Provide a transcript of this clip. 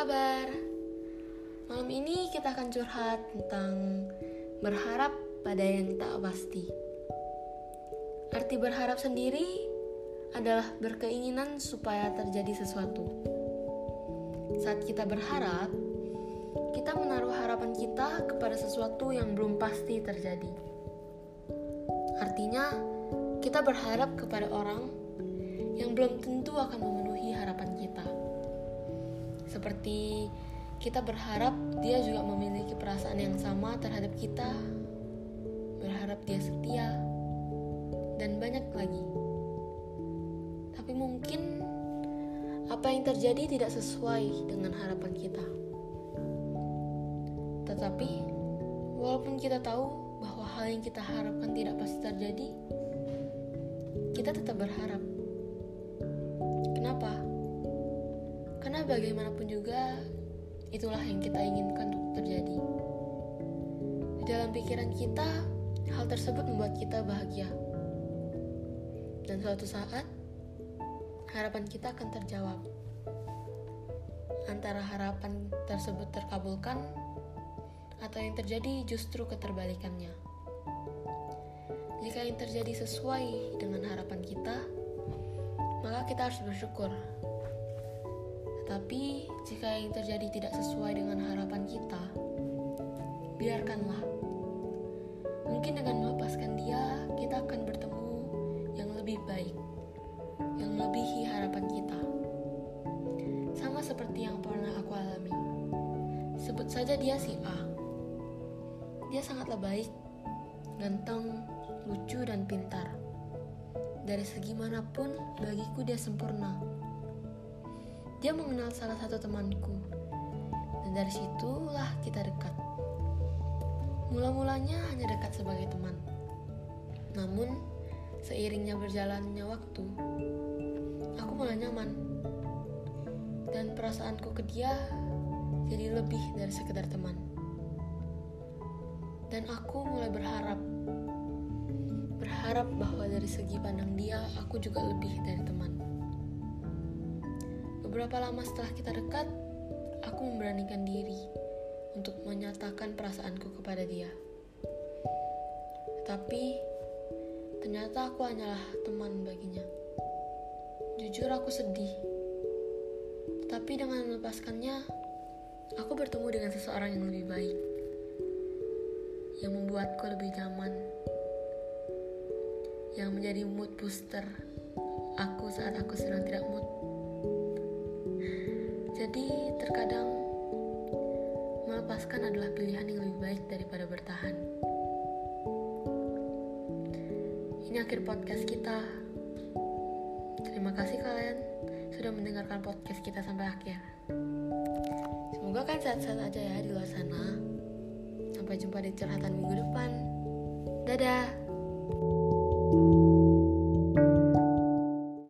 kabar? Malam ini kita akan curhat tentang berharap pada yang tak pasti. Arti berharap sendiri adalah berkeinginan supaya terjadi sesuatu. Saat kita berharap, kita menaruh harapan kita kepada sesuatu yang belum pasti terjadi. Artinya, kita berharap kepada orang yang belum tentu akan memenuhi harapan kita. Seperti kita berharap dia juga memiliki perasaan yang sama terhadap kita, berharap dia setia, dan banyak lagi. Tapi mungkin apa yang terjadi tidak sesuai dengan harapan kita. Tetapi walaupun kita tahu bahwa hal yang kita harapkan tidak pasti terjadi, kita tetap berharap. Kenapa? Karena bagaimanapun juga itulah yang kita inginkan untuk terjadi. Di dalam pikiran kita, hal tersebut membuat kita bahagia. Dan suatu saat, harapan kita akan terjawab. Antara harapan tersebut terkabulkan, atau yang terjadi justru keterbalikannya. Jika yang terjadi sesuai dengan harapan kita, maka kita harus bersyukur. Tetapi jika yang terjadi tidak sesuai dengan harapan kita, biarkanlah. Mungkin dengan melepaskan dia, kita akan bertemu yang lebih baik, yang melebihi harapan kita. Sama seperti yang pernah aku alami. Sebut saja dia si A. Dia sangatlah baik, ganteng, lucu, dan pintar. Dari segi manapun, bagiku dia sempurna. Dia mengenal salah satu temanku, dan dari situlah kita dekat. Mula-mulanya hanya dekat sebagai teman. Namun, seiringnya berjalannya waktu, aku mulai nyaman. Dan perasaanku ke dia jadi lebih dari sekedar teman. Dan aku mulai berharap bahwa dari segi pandang dia, aku juga lebih dari teman. Beberapa lama setelah kita dekat, aku memberanikan diri untuk menyatakan perasaanku kepada dia. Tapi ternyata aku hanyalah teman baginya. Jujur aku sedih. Tetapi dengan melepaskannya, aku bertemu dengan seseorang yang lebih baik, yang membuatku lebih nyaman, yang menjadi mood booster aku saat aku sedang tidak mood. Jadi terkadang melepaskan adalah pilihan yang lebih baik daripada bertahan. Ini akhir podcast kita. Terima kasih kalian sudah mendengarkan podcast kita sampai akhir. Semoga kan sehat-sehat aja ya di luar sana. Sampai jumpa di curhatan minggu depan. Dadah.